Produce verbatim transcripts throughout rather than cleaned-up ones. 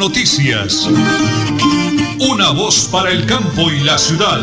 Noticias. Una voz para el campo y la ciudad.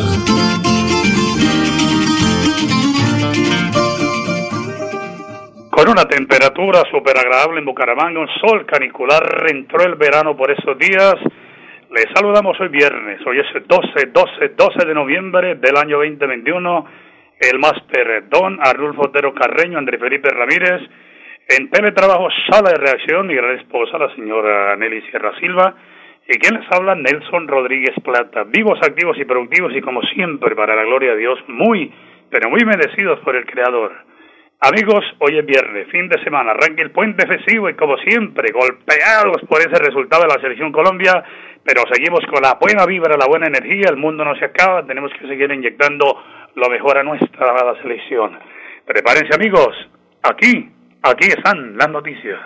Con una temperatura súper agradable en Bucaramanga, un sol canicular, entró el verano por esos días. Les saludamos hoy viernes, hoy es doce, doce, doce de noviembre del año veinte veintiuno. El máster don Arnulfo Otero Carreño, André Felipe Ramírez. En teletrabajo, sala de reacción, mi gran esposa, la señora Nelly Sierra Silva. Y quien les habla, Nelson Rodríguez Plata. Vivos, activos y productivos y como siempre, para la gloria de Dios, muy, pero muy bendecidos por el Creador. Amigos, hoy es viernes, fin de semana, arranca el puente festivo y como siempre, golpeados por ese resultado de la Selección Colombia, pero seguimos con la buena vibra, la buena energía, el mundo no se acaba, tenemos que seguir inyectando lo mejor a nuestra amada selección. Prepárense amigos, aquí, aquí están las noticias.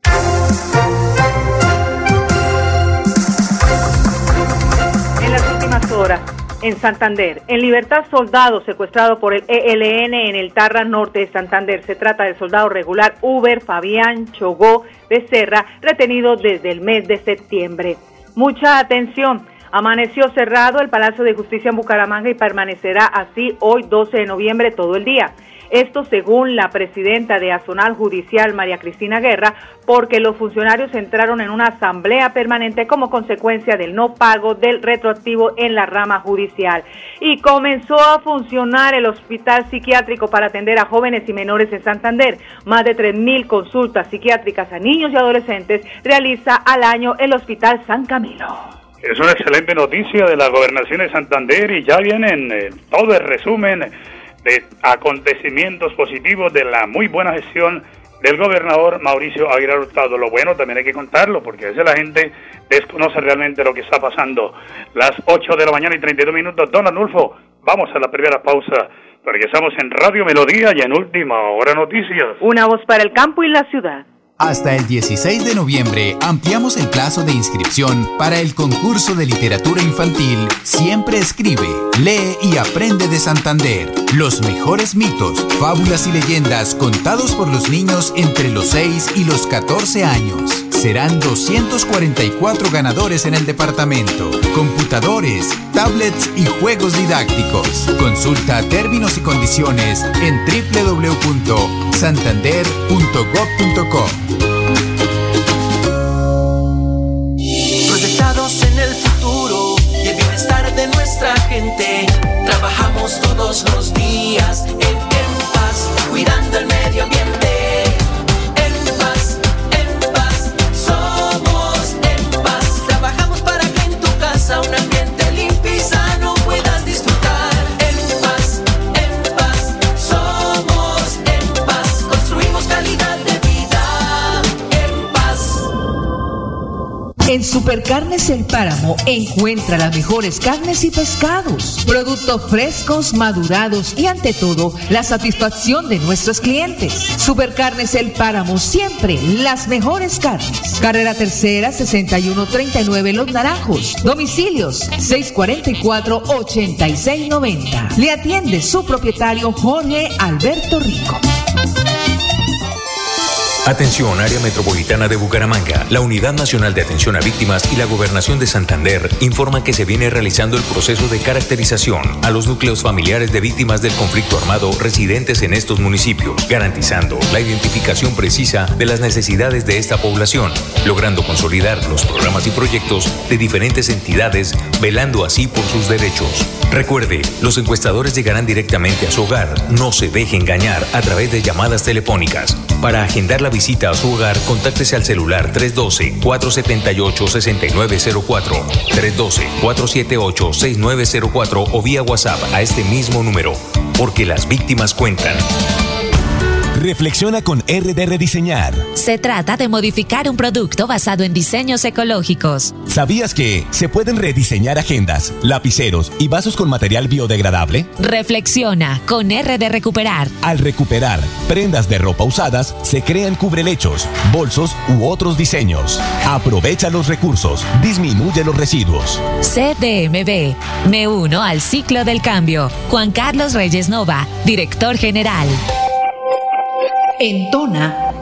En las últimas horas, en Santander, en libertad soldado secuestrado por el E L N en el Tarra Norte de Santander. Se trata del soldado regular Uber Fabián Chogó Becerra, retenido desde el mes de septiembre. Mucha atención. Amaneció cerrado el Palacio de Justicia en Bucaramanga y permanecerá así hoy doce de noviembre todo el día. Esto según la presidenta de Azonal Judicial, María Cristina Guerra, porque los funcionarios entraron en una asamblea permanente como consecuencia del no pago del retroactivo en la rama judicial. Y comenzó a funcionar el hospital psiquiátrico para atender a jóvenes y menores en Santander. Más de tres mil consultas psiquiátricas a niños y adolescentes realiza al año el Hospital San Camilo. Es una excelente noticia de la Gobernación de Santander y ya vienen eh, todo el resumen de acontecimientos positivos de la muy buena gestión del gobernador Mauricio Aguilar Hurtado. Lo bueno también hay que contarlo, porque a veces la gente desconoce realmente lo que está pasando. Las ocho de la mañana y treinta y dos minutos. Don Arnulfo, vamos a la primera pausa, porque estamos en Radio Melodía y en Última Hora Noticias. Una voz para el campo y la ciudad. Hasta el dieciséis de noviembre ampliamos el plazo de inscripción para el concurso de literatura infantil Siempre Escribe, Lee y Aprende de Santander. Los mejores mitos, fábulas y leyendas contados por los niños entre los seis y los catorce años. Serán doscientos cuarenta y cuatro ganadores en el departamento. Computadores, tablets y juegos didácticos. Consulta términos y condiciones en doble u doble u doble u punto santander punto gob punto co. Proyectados en el futuro y el bienestar de nuestra gente, trabajamos todos los días en, en paz, cuidando el medio ambiente. En paz, en paz, somos en paz. Trabajamos para que en tu casa un ambiente limpio y sano puedas disfrutar. En paz, en paz, somos en paz. Construimos calidad de vida en paz. En Supercarnes El Páramo encuentra las mejores carnes y pescados, productos frescos, madurados y ante todo la satisfacción de nuestros clientes. Supercarnes El Páramo, siempre las mejores carnes. Carrera Tercera sesenta y uno treinta y nueve Los Naranjos. Domicilios seis cuarenta y cuatro ochenta y seis noventa. Le atiende su propietario Jorge Alberto Rico. Atención, área metropolitana de Bucaramanga. La Unidad Nacional de Atención a Víctimas y la Gobernación de Santander informan que se viene realizando el proceso de caracterización a los núcleos familiares de víctimas del conflicto armado residentes en estos municipios, garantizando la identificación precisa de las necesidades de esta población, logrando consolidar los programas y proyectos de diferentes entidades, velando así por sus derechos. Recuerde, los encuestadores llegarán directamente a su hogar. No se deje engañar a través de llamadas telefónicas. Para agendar la visita a su hogar, contáctese al celular tres uno dos, cuatro siete ocho, seis nueve cero cuatro, tres uno dos, cuatro siete ocho, seis nueve cero cuatro o vía WhatsApp a este mismo número, porque las víctimas cuentan. Reflexiona con R D Rediseñar. Se trata de modificar un producto basado en diseños ecológicos. ¿Sabías que se pueden rediseñar agendas, lapiceros y vasos con material biodegradable? Reflexiona con R de Recuperar. Al recuperar prendas de ropa usadas, se crean cubrelechos, bolsos u otros diseños. Aprovecha los recursos, disminuye los residuos. C D M B. Me uno al ciclo del cambio. Juan Carlos Reyes Nova, director general. En Tona,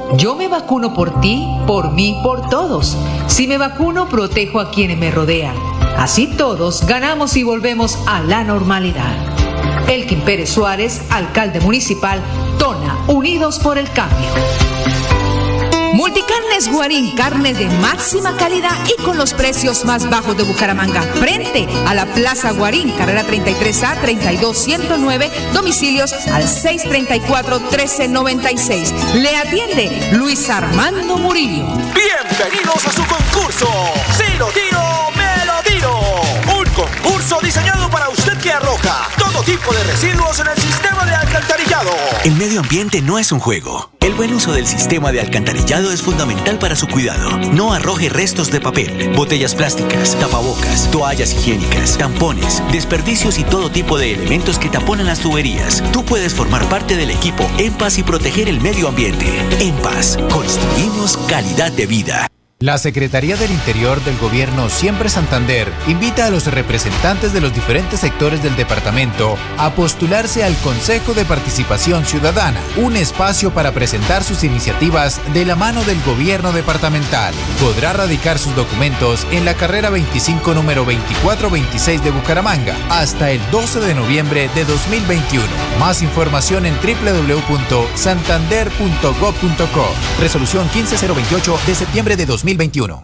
Yo me vacuno por ti, por mí, por todos. Si me vacuno, protejo a quienes me rodean. Así todos ganamos y volvemos a la normalidad. Elkin Pérez Suárez, alcalde municipal, Tona, Unidos por el Cambio. Multicarnes Guarín, carne de máxima calidad y con los precios más bajos de Bucaramanga. Frente a la Plaza Guarín, carrera treinta y tres A, treinta y dos ciento nueve, domicilios al seis treinta y cuatro, trece noventa y seis. Le atiende Luis Armando Murillo. Bienvenidos a su concurso. Si lo tiro, me lo tiro. Un concurso diseñado para usted que arroja todo tipo de residuos en el sistema de alcantarillado. El medio ambiente no es un juego. El buen uso del sistema de alcantarillado es fundamental para su cuidado. No arroje restos de papel, botellas plásticas, tapabocas, toallas higiénicas, tampones, desperdicios y todo tipo de elementos que taponan las tuberías. Tú puedes formar parte del equipo En Paz y proteger el medio ambiente. En Paz, construimos calidad de vida. La Secretaría del Interior del Gobierno Siempre Santander invita a los representantes de los diferentes sectores del departamento a postularse al Consejo de Participación Ciudadana, un espacio para presentar sus iniciativas de la mano del Gobierno departamental. Podrá radicar sus documentos en la carrera veinticinco número veinticuatro veintiséis de Bucaramanga hasta el doce de noviembre de dos mil veintiuno. Más información en doble u doble u doble u punto santander punto gob punto co. Resolución quince mil veintiocho de septiembre de dos mil veintiuno.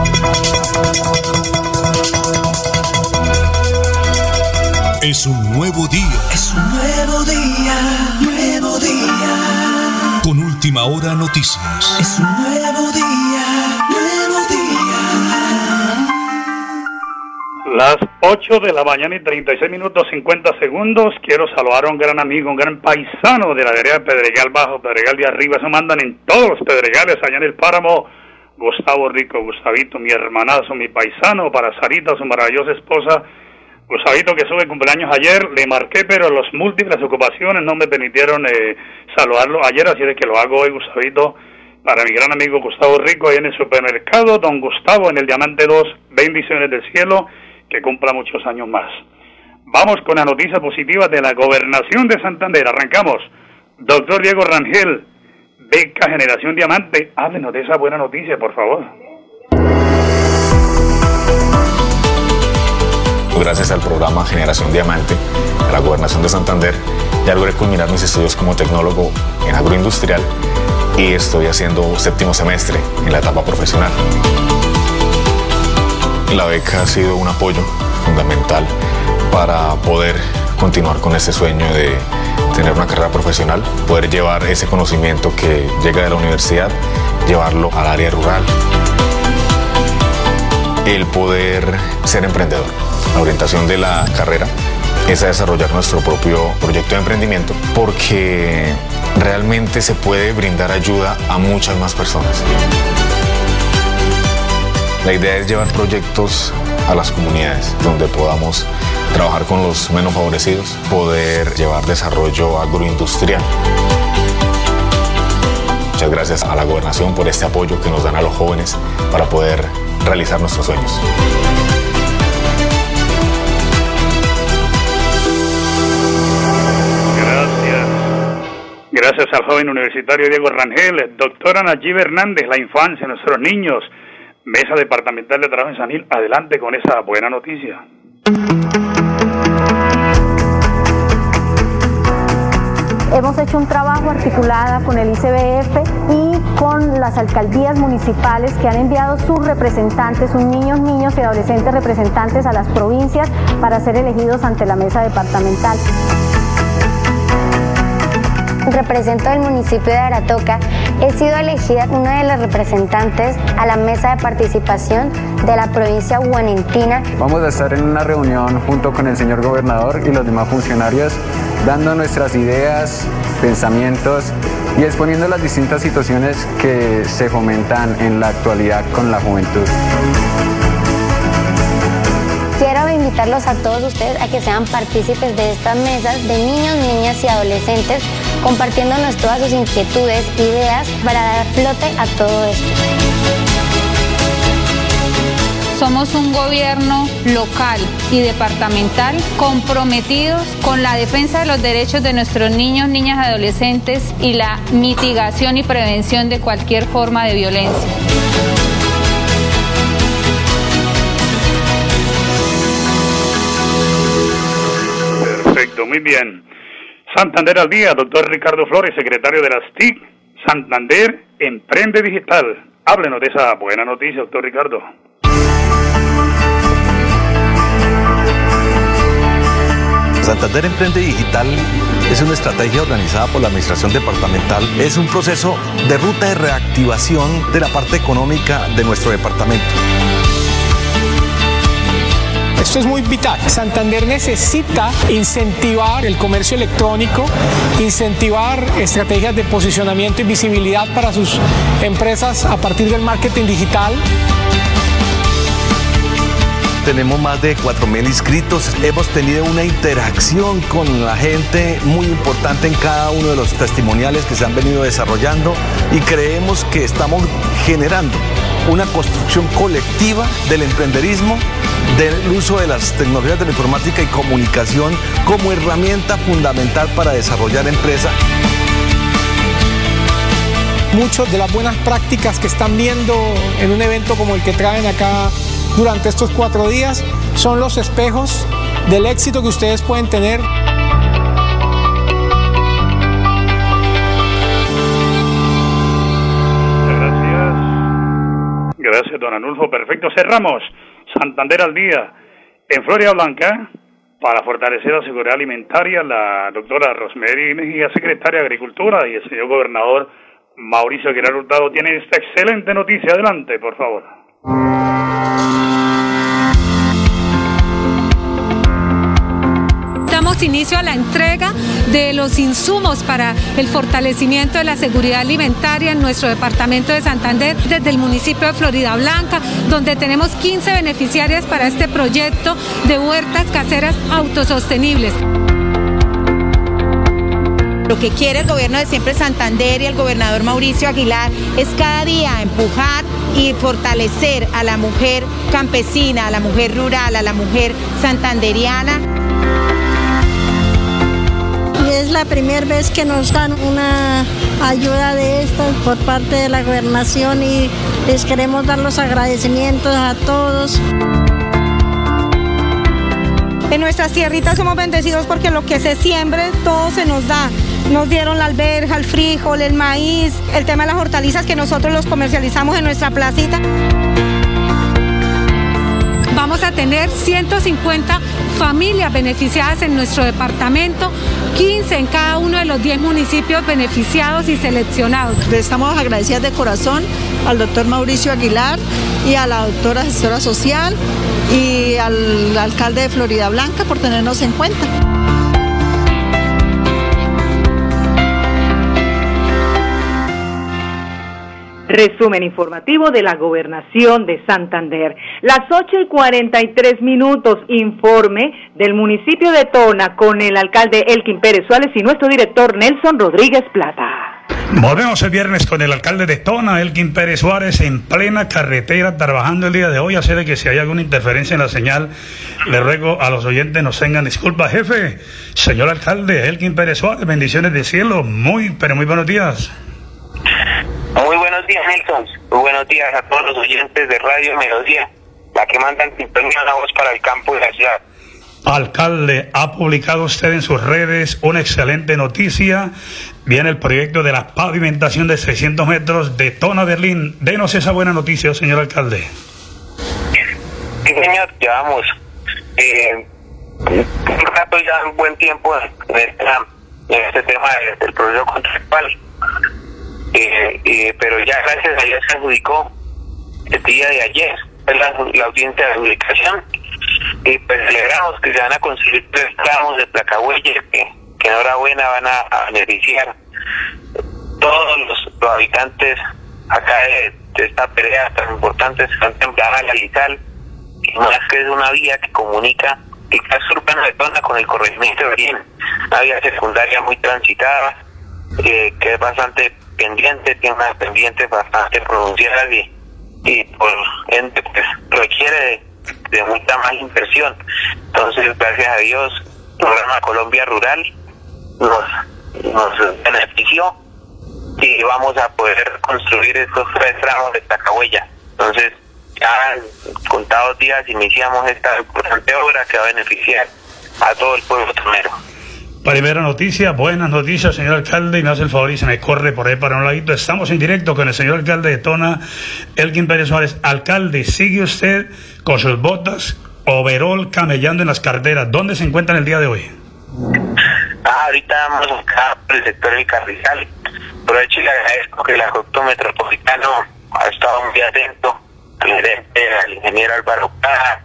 Es un nuevo día. Es un nuevo día, nuevo día. Con Última Hora Noticias. Es un nuevo día, nuevo día. Las ocho de la mañana y treinta y seis minutos cincuenta segundos. Quiero saludar a un gran amigo, un gran paisano de la vereda de Pedregal Bajo, Pedregal de Arriba. Eso mandan en todos los pedregales allá en el páramo. Gustavo Rico, Gustavito, mi hermanazo, mi paisano, para Sarita, su maravillosa esposa. Gustavito, que sube cumpleaños ayer, le marqué, pero las múltiples ocupaciones no me permitieron eh, saludarlo ayer, así de que lo hago hoy, Gustavito, para mi gran amigo Gustavo Rico, ahí en el supermercado Don Gustavo, en el Diamante dos, bendiciones del cielo, que cumpla muchos años más. Vamos con la noticia positiva de la Gobernación de Santander, arrancamos. Doctor Diego Rangel, Beca Generación Diamante, háblenos de esa buena noticia, por favor. Gracias al programa Generación Diamante de la Gobernación de Santander, ya logré culminar mis estudios como tecnólogo en agroindustrial y estoy haciendo séptimo semestre en la etapa profesional. La beca ha sido un apoyo fundamental para poder continuar con ese sueño de tener una carrera profesional, poder llevar ese conocimiento que llega de la universidad, llevarlo al área rural. El poder ser emprendedor. La orientación de la carrera es a desarrollar nuestro propio proyecto de emprendimiento porque realmente se puede brindar ayuda a muchas más personas. La idea es llevar proyectos a las comunidades donde podamos trabajar con los menos favorecidos, poder llevar desarrollo agroindustrial. Muchas gracias a la Gobernación por este apoyo que nos dan a los jóvenes para poder realizar nuestros sueños. Gracias. Gracias al joven universitario Diego Rangel, doctora Nayib Hernández, la infancia, nuestros niños, Mesa Departamental de Trabajo en San Gil, adelante con esa buena noticia. Hemos hecho un trabajo articulado con el I C B F y con las alcaldías municipales que han enviado sus representantes, sus niños, niños y adolescentes representantes a las provincias para ser elegidos ante la mesa departamental. Represento el municipio de Aratoca. He sido elegida una de las representantes a la mesa de participación de la provincia guanentina. Vamos a estar en una reunión junto con el señor gobernador y los demás funcionarios, dando nuestras ideas, pensamientos y exponiendo las distintas situaciones que se fomentan en la actualidad con la juventud. Quiero invitarlos a todos ustedes a que sean partícipes de estas mesas de niños, niñas y adolescentes, compartiéndonos todas sus inquietudes, ideas para dar flote a todo esto. Somos un gobierno local y departamental comprometidos con la defensa de los derechos de nuestros niños, niñas y adolescentes y la mitigación y prevención de cualquier forma de violencia. Perfecto, muy bien. Santander al día, doctor Ricardo Flores, secretario de las T I C. Santander Emprende Digital. Háblenos de esa buena noticia, doctor Ricardo. Santander Emprende Digital es una estrategia organizada por la Administración Departamental. Es un proceso de ruta de reactivación de la parte económica de nuestro departamento. Esto es muy vital. Santander necesita incentivar el comercio electrónico, incentivar estrategias de posicionamiento y visibilidad para sus empresas a partir del marketing digital. Tenemos más de cuatro mil inscritos, hemos tenido una interacción con la gente muy importante en cada uno de los testimoniales que se han venido desarrollando y creemos que estamos generando una construcción colectiva del emprenderismo, del uso de las tecnologías de la informática y comunicación como herramienta fundamental para desarrollar empresas. Muchas de las buenas prácticas que están viendo en un evento como el que traen acá durante estos cuatro días son los espejos del éxito que ustedes pueden tener. Gracias. Gracias, don Anulfo. Perfecto. Cerramos. Santander al día. En Florida Blanca, para fortalecer la seguridad alimentaria, la doctora Rosemary Mejía, secretaria de Agricultura, y el señor gobernador Mauricio Aguilar Hurtado tiene esta excelente noticia. Adelante, por favor. Damos inicio a la entrega de los insumos para el fortalecimiento de la seguridad alimentaria en nuestro departamento de Santander desde el municipio de Florida Blanca, donde tenemos quince beneficiarias para este proyecto de huertas caseras autosostenibles. Lo que quiere el gobierno de Siempre Santander y el gobernador Mauricio Aguilar es cada día empujar y fortalecer a la mujer campesina, a la mujer rural, a la mujer santanderiana. Es la primera vez que nos dan una ayuda de estas por parte de la gobernación y les queremos dar los agradecimientos a todos. En nuestras tierritas somos bendecidos porque lo que se siembre todo se nos da. Nos dieron la alberja, el frijol, el maíz, el tema de las hortalizas que nosotros los comercializamos en nuestra placita. Vamos a tener ciento cincuenta familias beneficiadas en nuestro departamento, quince en cada uno de los diez municipios beneficiados y seleccionados. Le estamos agradecidas de corazón al doctor Mauricio Aguilar y a la doctora gestora social y al alcalde de Florida Blanca por tenernos en cuenta. Resumen informativo de la Gobernación de Santander. Las ocho y cuarenta y tres minutos, informe del municipio de Tona con el alcalde Elkin Pérez Suárez y nuestro director Nelson Rodríguez Plata. Volvemos el viernes con el alcalde de Tona, Elkin Pérez Suárez, en plena carretera, trabajando el día de hoy. Así de que si hay alguna interferencia en la señal, le ruego a los oyentes nos tengan disculpas. Jefe, señor alcalde, Elkin Pérez Suárez, bendiciones del cielo. Muy, pero muy buenos días. Muy buenos días, Nelson. Muy buenos días a todos los oyentes de Radio Melodía, la que mandan sintonía la voz para el campo de la ciudad. Alcalde, ha publicado usted en sus redes una excelente noticia. Viene el proyecto de la pavimentación de seiscientos metros de Tona Berlín. Denos esa buena noticia, señor alcalde. Sí, señor, llevamos eh, un rato ya, un buen tiempo en, esta, en este tema del proceso contractual. Eh, eh, pero ya gracias a Dios se adjudicó el día de ayer la, la audiencia de adjudicación y pues celebramos que se van a construir tres tramos de placahuellas que, que enhorabuena van a, a beneficiar todos los, los habitantes acá de, de esta pelea tan importante, tan temprana, la Lizal, que más que es una vía que comunica el casco urbano de Tona con el corregimiento de Berlín, una vía secundaria muy transitada, eh, que es bastante pendiente, tiene unas pendientes bastante pronunciadas y, y por ende pues requiere de, de mucha más inversión. Entonces, gracias a Dios, el programa Colombia Rural nos, nos benefició y vamos a poder construir estos tres tramos de Tacahuella. Entonces, ya en contados días iniciamos esta importante obra que va a beneficiar a todo el pueblo tonero. Primera noticia, buenas noticias, señor alcalde, y me hace el favor y se me corre por ahí para un ladito. Estamos en directo con el señor alcalde de Tona, Elkin Pérez Suárez. Alcalde, ¿sigue usted con sus botas, overol, camellando en las carreteras? ¿Dónde se encuentran el día de hoy? Ah, ahorita vamos acá por el sector del Carrizal. Aprovecho y le agradezco que el acueducto metropolitano ha estado muy atento al gerente, al ingeniero Álvaro Caja,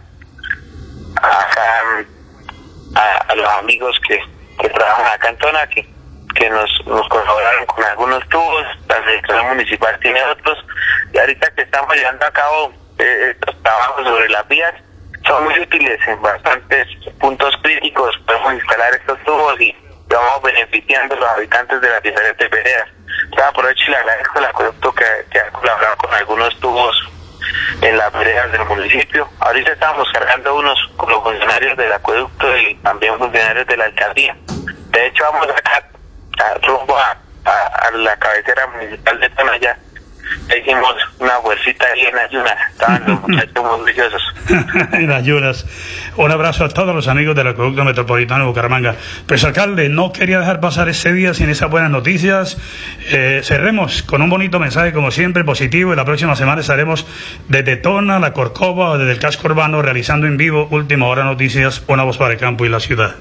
a, a, a los amigos que, que trabajan acá en Tona, que, que nos, nos colaboraron con algunos tubos. La Administración Municipal tiene otros, y ahorita que estamos llevando a cabo eh, estos trabajos sobre las vías, son muy útiles en bastantes puntos críticos. Podemos instalar estos tubos y vamos beneficiando a los habitantes de las diferentes veredas. O sea, aprovecho y le agradezco al acueducto que, que ha colaborado con algunos tubos en las veredas del municipio. Ahorita estamos cargando unos con los funcionarios del acueducto y también funcionarios de la alcaldía. De hecho, vamos acá a, rumbo a, a, a la cabecera municipal de Tonaya. Hicimos una bolsita ahí en ayunas. Estaban los muchachos muy orgullosos. En ayunas. Un abrazo a todos los amigos del acueducto metropolitano de Bucaramanga. Pues, alcalde, no quería dejar pasar este día sin esas buenas noticias. Eh, cerremos con un bonito mensaje, como siempre, positivo, y la próxima semana estaremos desde Tona, La Corcova, o desde el casco urbano, realizando en vivo Última Hora Noticias, una voz para el campo y la ciudad.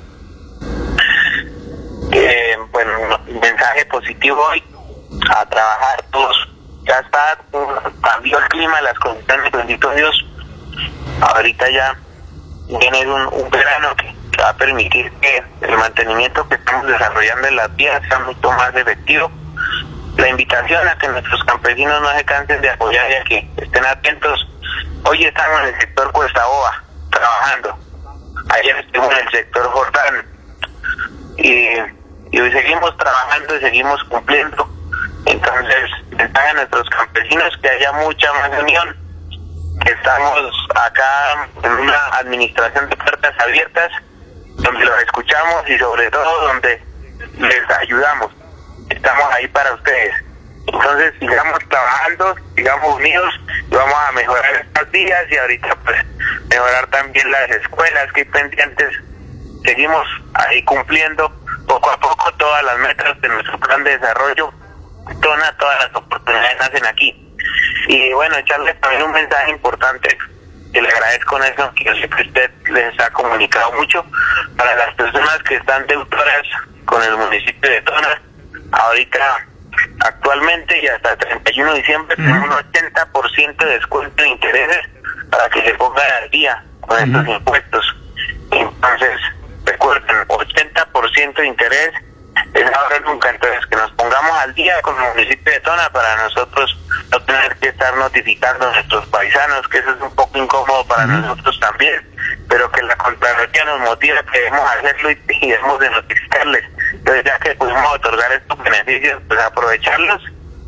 Eh, bueno, mensaje positivo hoy, a trabajar todos. Ya está, cambió el clima, las condiciones, bendito Dios. Ahorita ya viene un, un verano que, que va a permitir que el mantenimiento que estamos desarrollando en las vías sea mucho más efectivo. La invitación a que nuestros campesinos no se cansen de apoyar y a que estén atentos. Hoy estamos en el sector Cuesta Boa trabajando. Ayer estuvimos en el sector Jordán. Y, y hoy seguimos trabajando y seguimos cumpliendo. Entonces, están a nuestros campesinos que haya mucha más unión. Estamos acá en una administración de puertas abiertas, donde los escuchamos y sobre todo donde les ayudamos. Estamos ahí para ustedes. Entonces, sigamos trabajando, sigamos unidos y vamos a mejorar estas vías y ahorita pues mejorar también las escuelas que hay pendientes. Seguimos ahí cumpliendo poco a poco todas las metas de nuestro plan de desarrollo. Tona, todas las oportunidades nacen aquí. Y bueno, echarles también un mensaje importante, que le agradezco en eso, que yo sé que usted les ha comunicado mucho, para las personas que están deudoras con el municipio de Tona. Ahorita, actualmente y hasta el treinta y uno de diciembre, uh-huh. tenemos un ochenta por ciento de descuento de intereses para que se pongan al día con uh-huh. estos impuestos. Entonces, recuerden, ochenta por ciento de interés es ahora nunca. Entonces, que nos pongamos al día con el municipio de Tona para nosotros no tener que estar notificando a nuestros paisanos, que eso es un poco incómodo para uh-huh. nosotros también, pero que la Contraloría nos motiva que debemos hacerlo y, y debemos de notificarles. Entonces, ya que pudimos otorgar estos beneficios, pues aprovecharlos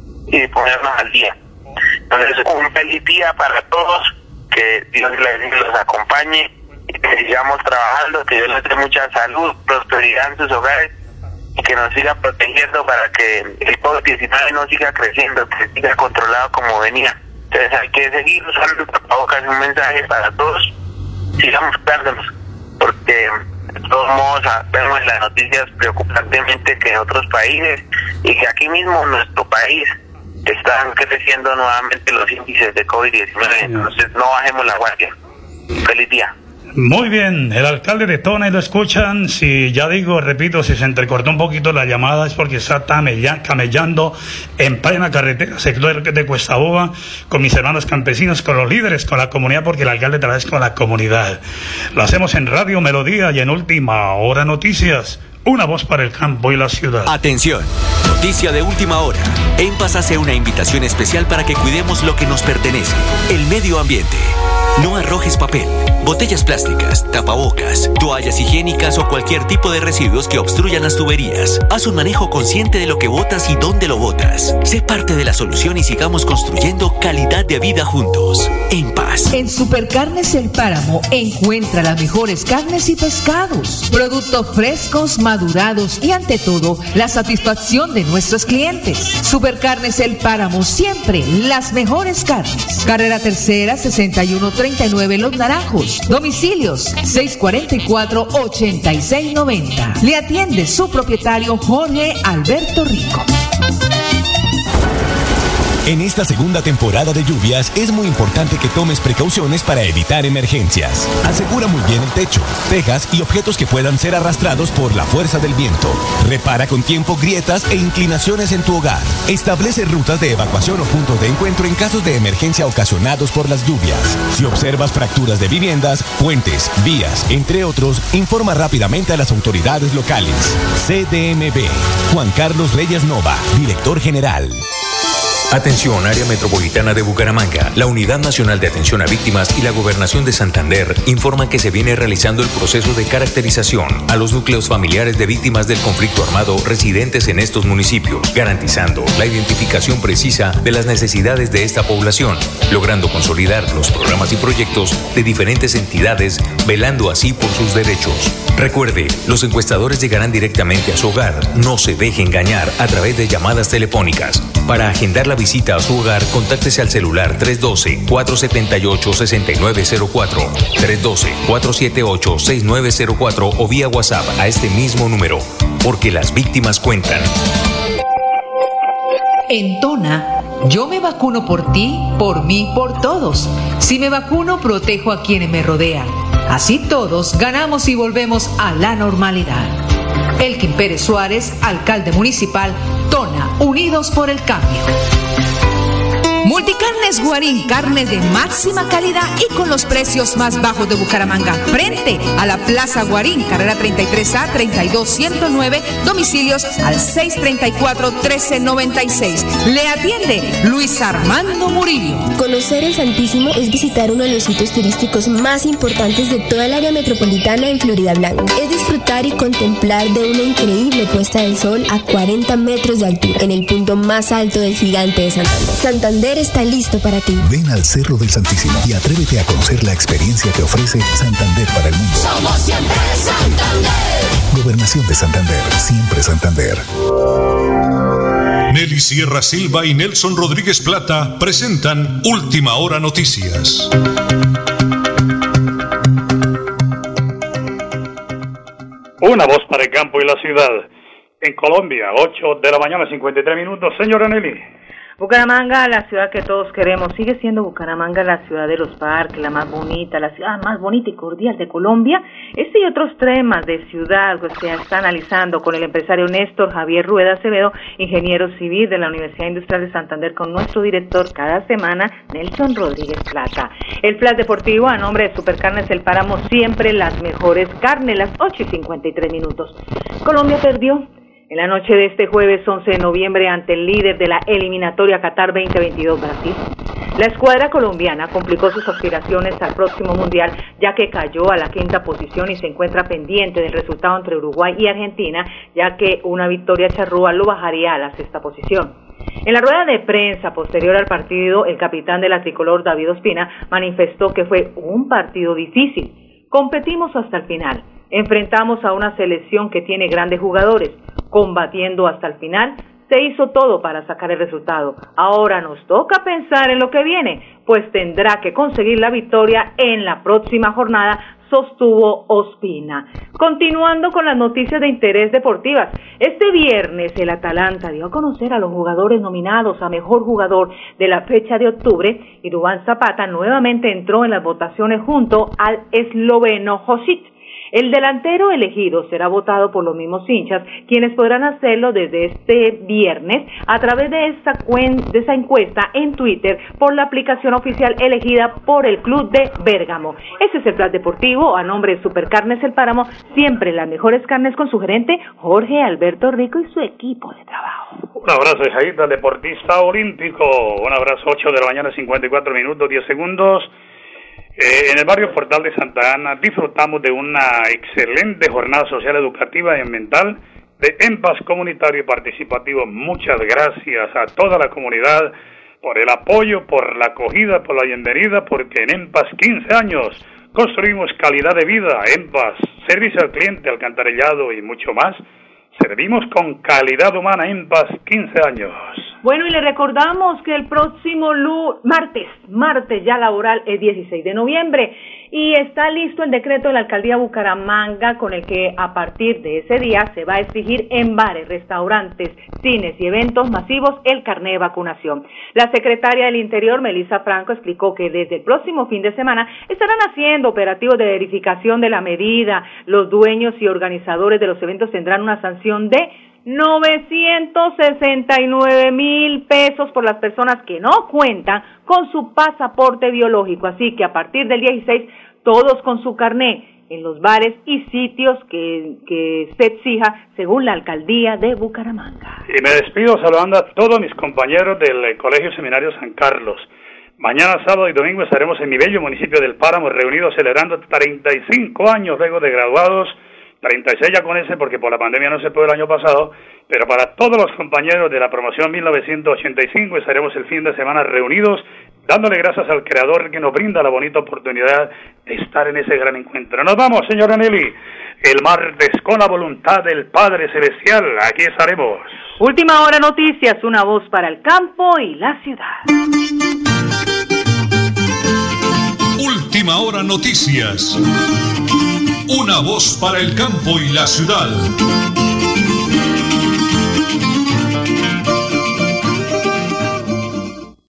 y ponernos al día. Entonces, un feliz día para todos, que Dios les los acompañe y que sigamos trabajando, que Dios les dé mucha salud, prosperidad en sus hogares y que nos siga protegiendo para que el COVID diecinueve no siga creciendo, que siga controlado como venía. Entonces hay que seguir usando tapabocas, un mensaje para todos, sigamos cuidándonos, porque de todos modos vemos en las noticias preocupantemente que en otros países y que aquí mismo en nuestro país están creciendo nuevamente los índices de COVID diecinueve, entonces no bajemos la guardia. Feliz día. Muy bien, el alcalde de Tona, y lo escuchan. Si ya digo, repito, si se entrecortó un poquito la llamada es porque está camellando en plena carretera, sector de Cuesta Boa, con mis hermanos campesinos, con los líderes, con la comunidad, porque el alcalde trabaja con la comunidad. Lo hacemos en Radio Melodía y en Última Hora Noticias, Una voz para el campo y la ciudad. Atención, noticia de última hora. En Paz hace una invitación especial para que cuidemos lo que nos pertenece, el medio ambiente. No arrojes papel, botellas plásticas, tapabocas, toallas higiénicas o cualquier tipo de residuos que obstruyan las tuberías. Haz un manejo consciente de lo que botas y dónde lo botas. Sé parte de la solución y sigamos construyendo calidad de vida juntos. En Paz. En Supercarnes El Páramo encuentra las mejores carnes y pescados, productos frescos, madurados y ante todo la satisfacción de nuestros clientes. Supercarnes El Páramo, siempre las mejores carnes. Carrera Tercera, sesenta y uno treinta y nueve Los Naranjos. Domicilios seis cuarenta y cuatro, ochenta y seis noventa. Le atiende su propietario Jorge Alberto Rico. En esta segunda temporada de lluvias es muy importante que tomes precauciones para evitar emergencias. Asegura muy bien el techo, tejas y objetos que puedan ser arrastrados por la fuerza del viento. Repara con tiempo grietas e inclinaciones en tu hogar. Establece rutas de evacuación o puntos de encuentro en casos de emergencia ocasionados por las lluvias. Si observas fracturas de viviendas, puentes, vías, entre otros, informa rápidamente a las autoridades locales. C D M B. Juan Carlos Reyes Nova, Director General. Atención, Área Metropolitana de Bucaramanga, la Unidad Nacional de Atención a Víctimas y la Gobernación de Santander informan que se viene realizando el proceso de caracterización a los núcleos familiares de víctimas del conflicto armado residentes en estos municipios, garantizando la identificación precisa de las necesidades de esta población, logrando consolidar los programas y proyectos de diferentes entidades, velando así por sus derechos. Recuerde, los encuestadores llegarán directamente a su hogar. No se deje engañar a través de llamadas telefónicas. Para agendar la visita a su hogar, contáctese al celular tres uno dos, cuatro siete ocho, seis nueve cero cuatro, tres uno dos, cuatro siete ocho, seis nueve cero cuatro o vía WhatsApp a este mismo número, porque las víctimas cuentan. En Tona, yo me vacuno por ti, por mí, por todos. Si me vacuno, protejo a quienes me rodean. Así todos ganamos y volvemos a la normalidad. Elkin Pérez Suárez, alcalde municipal, Tona, unidos por el cambio. Multicarnes Guarín, carne de máxima calidad y con los precios más bajos de Bucaramanga. Frente a la Plaza Guarín, carrera treinta y tres A, treinta y dos ciento nueve, domicilios al seis treinta y cuatro, trece noventa y seis. Le atiende Luis Armando Murillo. Conocer el Santísimo es visitar uno de los sitios turísticos más importantes de toda el área metropolitana en Florida Blanca. Es disfrutar y contemplar de una increíble puesta del sol a cuarenta metros de altura, en el punto más alto del gigante de Santander. Santander está listo para ti. Ven al Cerro del Santísimo y atrévete a conocer la experiencia que ofrece Santander para el mundo. Somos siempre Santander. Gobernación de Santander, siempre Santander. Nelly Sierra Silva y Nelson Rodríguez Plata presentan Última Hora Noticias. Una voz para el campo y la ciudad. En Colombia, ocho de la mañana, cincuenta y tres minutos. Señora Nelly. Bucaramanga, la ciudad que todos queremos, sigue siendo Bucaramanga la ciudad de los parques, la más bonita, la ciudad más bonita y cordial de Colombia. Este y otros temas de ciudad que se está analizando con el empresario Néstor Javier Rueda Acevedo, ingeniero civil de la Universidad Industrial de Santander, con nuestro director cada semana, Nelson Rodríguez Plata. El Flash Deportivo, a nombre de Supercarnes El Páramo, siempre las mejores carnes, las ocho y cincuenta y tres minutos. Colombia perdió en la noche de este jueves once de noviembre ante el líder de la eliminatoria Qatar veinte veintidós, Brasil. La escuadra colombiana complicó sus aspiraciones al próximo Mundial, ya que cayó a la quinta posición y se encuentra pendiente del resultado entre Uruguay y Argentina, ya que una victoria charrúa lo bajaría a la sexta posición. En la rueda de prensa posterior al partido, el capitán de la tricolor, David Ospina, manifestó que fue un partido difícil. Competimos hasta el final. Enfrentamos a una selección que tiene grandes jugadores. Combatiendo hasta el final, se hizo todo para sacar el resultado. Ahora nos toca pensar en lo que viene, pues tendrá que conseguir la victoria en la próxima jornada, sostuvo Ospina. Continuando con las noticias de interés deportivas, este viernes el Atalanta dio a conocer a los jugadores nominados a mejor jugador de la fecha de octubre y Duván Zapata nuevamente entró en las votaciones junto al esloveno Josic. El delantero elegido será votado por los mismos hinchas, quienes podrán hacerlo desde este viernes a través de esa, cuen- de esa encuesta en Twitter por la aplicación oficial elegida por el Club de Bérgamo. Ese es el Plan Deportivo, a nombre de Supercarnes El Páramo, siempre las mejores carnes, con su gerente Jorge Alberto Rico y su equipo de trabajo. Un abrazo, Isaíta, deportista olímpico. Un abrazo, ocho de la mañana, cincuenta y cuatro minutos, diez segundos. Eh, en el barrio Portal de Santa Ana disfrutamos de una excelente jornada social, educativa y ambiental de EMPAS comunitario y participativo. Muchas gracias a toda la comunidad por el apoyo, por la acogida, por la bienvenida, porque en EMPAS quince años construimos calidad de vida. EMPAS, servicio al cliente, alcantarillado y mucho más. Servimos con calidad humana. EMPAS, quince años. Bueno, y le recordamos que el próximo lu- martes, martes ya laboral, es dieciséis de noviembre, y está listo el decreto de la Alcaldía Bucaramanga con el que a partir de ese día se va a exigir en bares, restaurantes, cines y eventos masivos el carné de vacunación. La secretaria del Interior, Melissa Franco, explicó que desde el próximo fin de semana estarán haciendo operativos de verificación de la medida. Los dueños y organizadores de los eventos tendrán una sanción de novecientos sesenta y nueve mil pesos por las personas que no cuentan con su pasaporte biológico. Así que a partir del dieciséis, todos con su carné en los bares y sitios que, que se exija según la Alcaldía de Bucaramanga. Y me despido saludando a todos mis compañeros del Colegio Seminario San Carlos. Mañana, sábado y domingo estaremos en mi bello municipio del Páramo reunidos celebrando treinta y cinco años luego de graduados. treinta y seis ya con ese porque por la pandemia no se pudo el año pasado, pero para todos los compañeros de la promoción mil novecientos ochenta y cinco estaremos el fin de semana reunidos, dándole gracias al Creador que nos brinda la bonita oportunidad de estar en ese gran encuentro. Nos vamos, señora Nelly, el martes con la voluntad del Padre Celestial, aquí estaremos. Última hora noticias, una voz para el campo y la ciudad. Última hora noticias. Una voz para el campo y la ciudad.